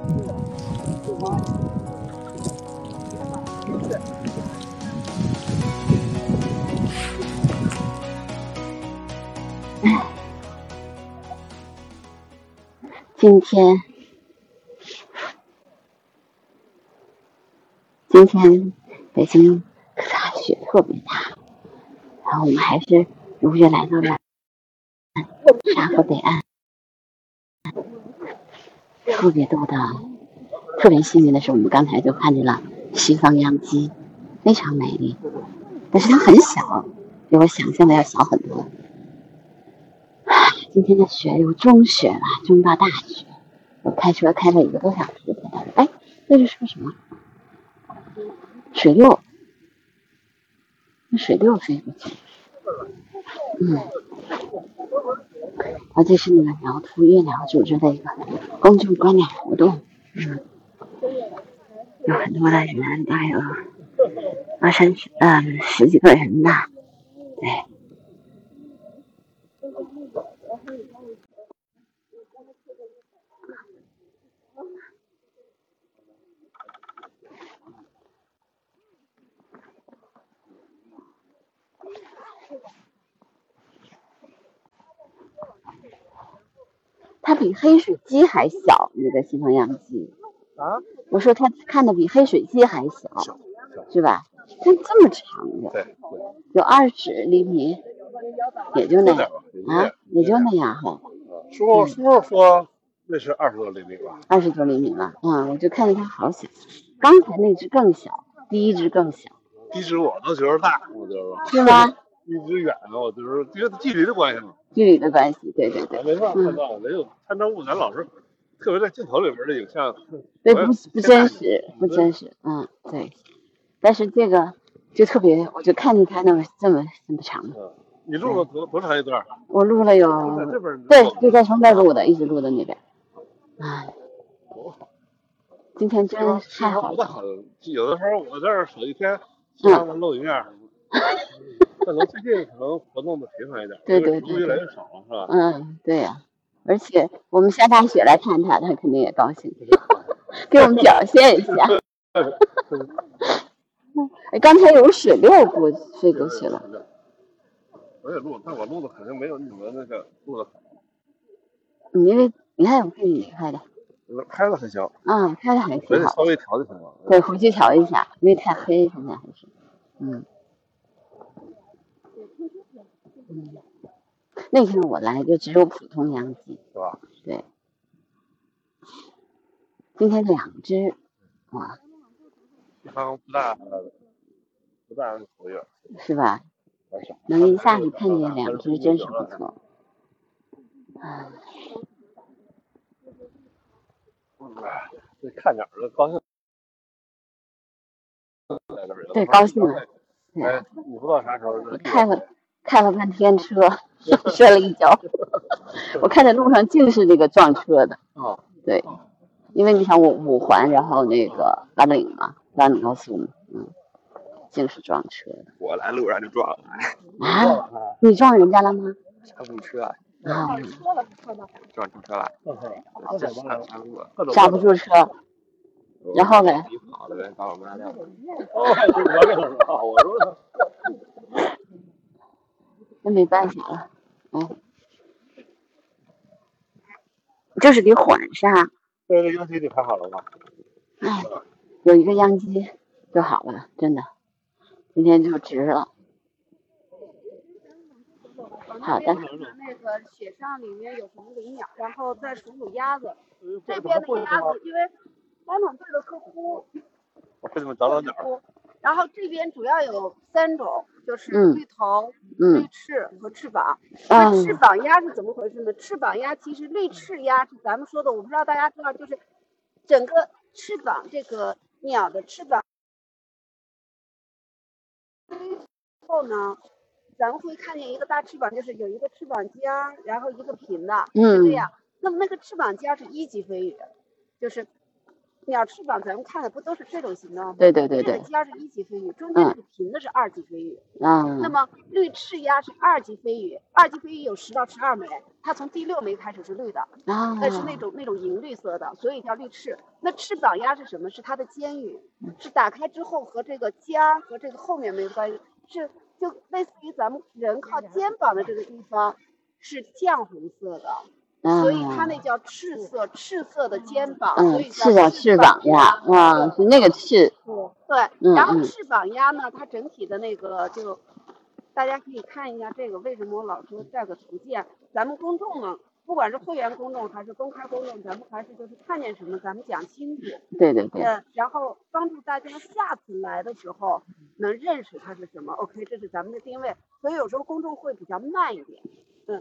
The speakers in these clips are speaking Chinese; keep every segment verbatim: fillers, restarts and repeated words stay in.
今天，今天北京下雪特别大，然后我们还是如约来到了沙河北岸。特别多的，特别幸运的是，我们刚才就看见了西方秧鸡，非常美丽，但是它很小，比我想象的要小很多。今天的雪有中雪了，中到大雪。我开车开了一个多小时才到。哎，那是说什么？水六，那水六飞过去。嗯，而这是那个苗图月苗组织的一个公众观鸟活动。嗯，有很多的人，大概有二三十呃十几个人吧。对。它比黑水鸡还小，那个西方秧鸡啊！ 我说它看的比黑水鸡还小，是吧？它这么长的， 对， 有二十厘米，也就那样啊，也就那样哈。 叔叔叔叔说那是二十多厘米吧？ 二十多厘米吧，嗯，我就看见它好小，刚才那只更小，第一只更小。 第一只我都觉得大，我觉得是吗？ 一只远的，我就是因为距离的关系嘛。 距离的关系，对对对。 没办法看到，没有参照物，咱老是特别在镜头里边的影像， 对，不不真实，不真实，嗯，对。但是这个就特别，我就看见它那么这么这么长。 嗯，你录了多多长一段？ 我录了有，对，就在从这录的，一直录到那边。哎，今天真太好了。 有的时候我这儿守一天，希望能露一面。可能最近可能活动的频繁一点， 对对对， 越来越少了，是吧？ 嗯，对呀、啊。而且我们下大雪来看他，他肯定也高兴，给我们表现一下。哎，刚才有水流过飞过去了。 我也录，但我录的肯定没有你们那个录的好。 你因为你看我看你开的， 开的很小。 嗯，开的还挺好。 稍微调就行了。 对，回去调一下，因为太黑现在还是，嗯。嗯，那天我来就只有普通秧鸡， 是吧？ 对。今天两只，哇。 西方不大不大活跃， 是吧？能一下子看见两只，真是不错。啊。 这看鸟的高兴。 对，高兴了。 哎，你不知道啥时候？ 开了开了半天车，摔了一跤。我看在路上尽是那个撞车的。 哦。 对，因为你想我五环，然后那个拉岭嘛，拉岭高速嘛，嗯，尽是撞车的。 我来路上就撞了。 啊？你撞人家了吗？ 刹不住车。啊。撞出车了。 刹不住车。然后呢？ 跑了呗，把我拉掉了。哦，我跟他说，我说那没办法了，嗯，就是得缓刹。 这个秧鸡你拍好了吗？ 哎，有一个秧鸡就好了，真的，今天就值了。好的。 那个雪上里面有什么灵鸟，然后再数数鸭子。这边的鸭子，因为单场队的客户， 我给你们找找鸟。 然后这边主要有三种，就是绿头、 嗯、 绿翅和翅膀。那、嗯、翅膀鸭是怎么回事呢？翅膀鸭其实绿翅鸭是咱们说的，我不知道大家知道，就是整个翅膀这个鸟的翅膀后呢，咱们会看见一个大翅膀，就是有一个翅膀尖，然后一个平的，是这样。嗯、那么那个翅膀尖是一级飞羽，就是鸟翅膀咱们看的不都是这种形状吗？ 对对对对。 这个尖是一级飞羽，中间这个平的是二级飞羽。 嗯。 那么绿翅鸭是二级飞羽，二级飞羽有十到十二枚，它从第六枚开始是绿的， 啊， 呃是那种那种银绿色的，所以叫绿翅。那翅膀鸭是什么？是它的尖羽，是打开之后和这个尖和这个后面没有关系，是就类似于咱们人靠肩膀的这个地方是绛红色的。所以它那叫赤色，赤色的肩膀， 嗯， 所以是的，翅膀鸭，啊，是那个翅。 对，然后翅膀鸭呢，它整体的那个就，大家可以看一下这个，为什么我老说这个图鉴？咱们公众呢，不管是会员公众还是公开公众，咱们还是就是看见什么咱们讲清楚。 对对对。 呃，然后帮助大家下次来的时候能认识它是什么。OK， 这是咱们的定位，所以有时候公众会比较慢一点。嗯。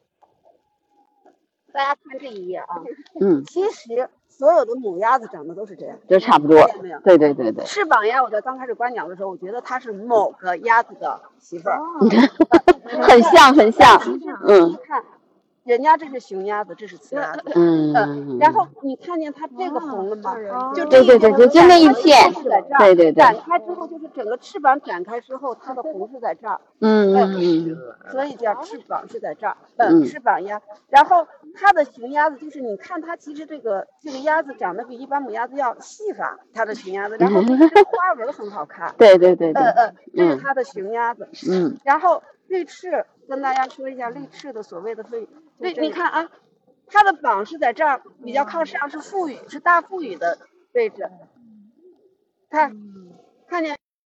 大家看这一页啊， 嗯， 其实所有的母鸭子长得都是这样， 都差不多。对对对对。 翅膀鸭，我在刚开始观鸟的时候，我觉得它是某个鸭子的媳妇儿， 很像很像。 嗯，看，人家这是雄鸭子，这是雌鸭子。嗯。然后你看见它这个红了吗？就对对对对，就那一片。对对对。 展开之后，就是整个翅膀展开之后，它的红是在这儿。 嗯嗯嗯。 所以叫翅膀是在这儿。嗯，翅膀鸭。然后它的雄鸭子就是你看它其实这个这个鸭子长得比一般母鸭子要细发，它的雄鸭子，然后这个花纹很好看。 对对对对。 嗯嗯，这是它的雄鸭子。 嗯。 然后绿翅跟大家说一下绿翅的所谓的飞绿，你看啊，它的膀是在这儿比较靠上，是腹羽，是大腹羽的位置。看，看见。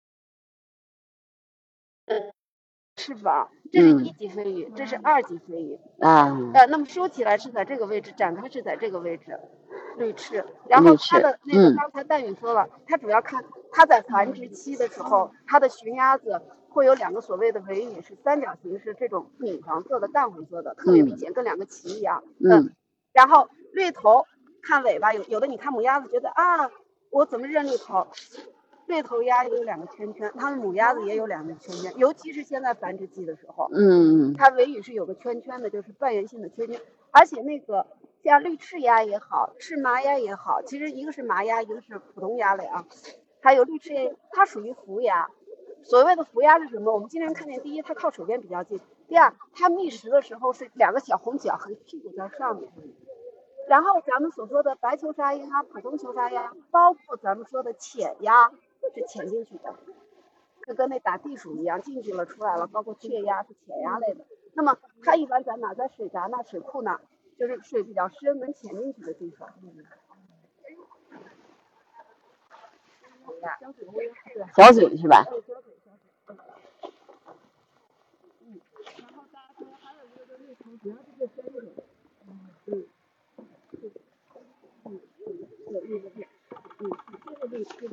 嗯。翅膀，这是一级飞羽，这是二级飞羽啊。呃，那么收起来是在这个位置，展开是在这个位置，绿翅。然后它的那个刚才戴宇说了，它主要看它在繁殖期的时候，它的雄鸭子会有两个所谓的尾羽，是三角形，是这种米黄色的、淡红色的，特别明显，跟两个旗一样。嗯。然后绿头看尾巴，有有的你看母鸭子觉得啊，我怎么认绿头？绿头鸭有两个圈圈，它们母鸭子也有两个圈圈，尤其是现在繁殖季的时候， 嗯， 它尾羽是有个圈圈的，就是半圆形的圈圈，而且那个像绿翅鸭也好，赤麻鸭也好，其实一个是麻鸭，一个是普通鸭类啊，还有绿翅鸭，它属于伏鸭。所谓的伏鸭是什么？我们经常看见，第一，它靠水边比较近；第二，它觅食的时候是两个小红脚和屁股在上面。然后咱们所说的白球沙鸭、普通球沙鸭，包括咱们说的浅鸭。是潜进去的，就跟那打地鼠一样，进去了出来了。包括雀鸭是浅鸭类的，那么它一般在哪？在水闸那、水库那，就是水比较深能潜进去的地方。 小嘴是吧？ 嗯，然后大家说还有一个就是绿头，主要就是深一点。嗯，嗯，嗯，有绿的片，嗯，这个绿是。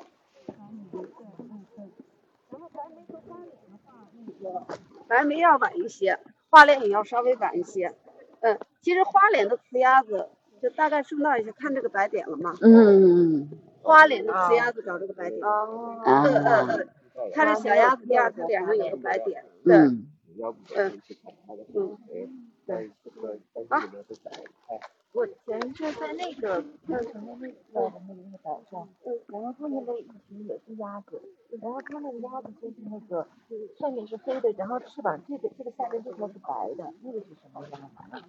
然后白眉和花脸的话，那个白眉要晚一些，花脸也要稍微晚一些。嗯，其实花脸的雌鸭子就大概顺道一下，看这个白点了吗？ 嗯， 花脸的雌鸭子找这个白点。 哦。 嗯嗯嗯，它是小鸭子，第二它脸上有个白点。对。嗯。嗯。嗯。对。啊。 我前一阵在那个二城的那个那个那个岛上，然后看见了一群也是鸭子，然后它那个鸭子就是那个上面是黑的，然后翅膀这个这个下边这条是白的，那个是什么鸭子？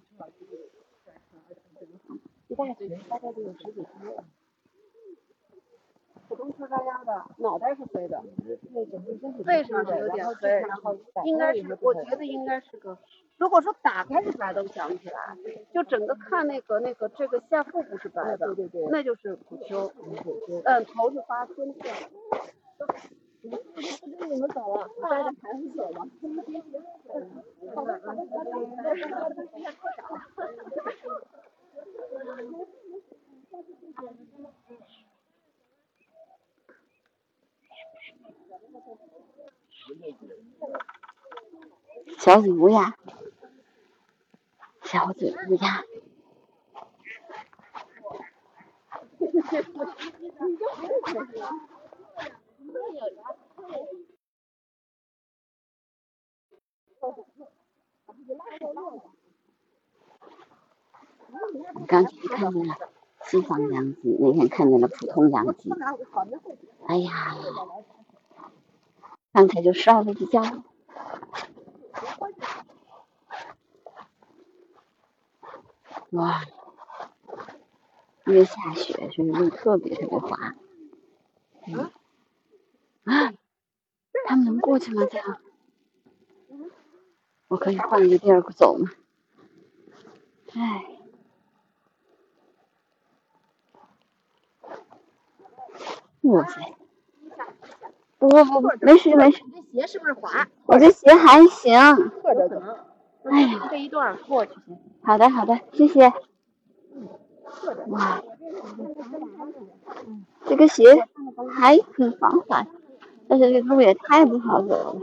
一大群，大概就有十几只。 普通车沙鸭的脑袋是黑的， 对，整个身体背上是有点黑，然后应该是，我觉得应该是个。如果说打开是白的，我想不起来，就整个看那个那个这个下腹部是白的， 对对对， 那就是普丘，嗯，头是发深色。 你们走了，带着孩子走了。好的，好的，好的。 小嘴乌鸦，小嘴乌鸦。刚才看见了西方秧鸡，那天看见了普通秧鸡。哎呀，刚才就摔了一跤。哇，因为下雪，所以路特别特别滑。嗯啊，他们能过去吗？这样，我可以换一个地儿走吗？哎。哇塞！不不不不，没事没事。 你这鞋是不是滑？ 我这鞋还行。 侧着走。哎呀，这一段过去行。 好的好的，谢谢。哇，这个鞋还很防滑，但是这路也太不好走了。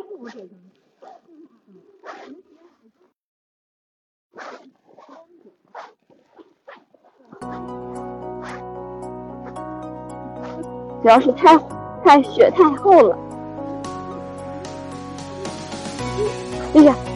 主要是太太雪太厚了。哎呀！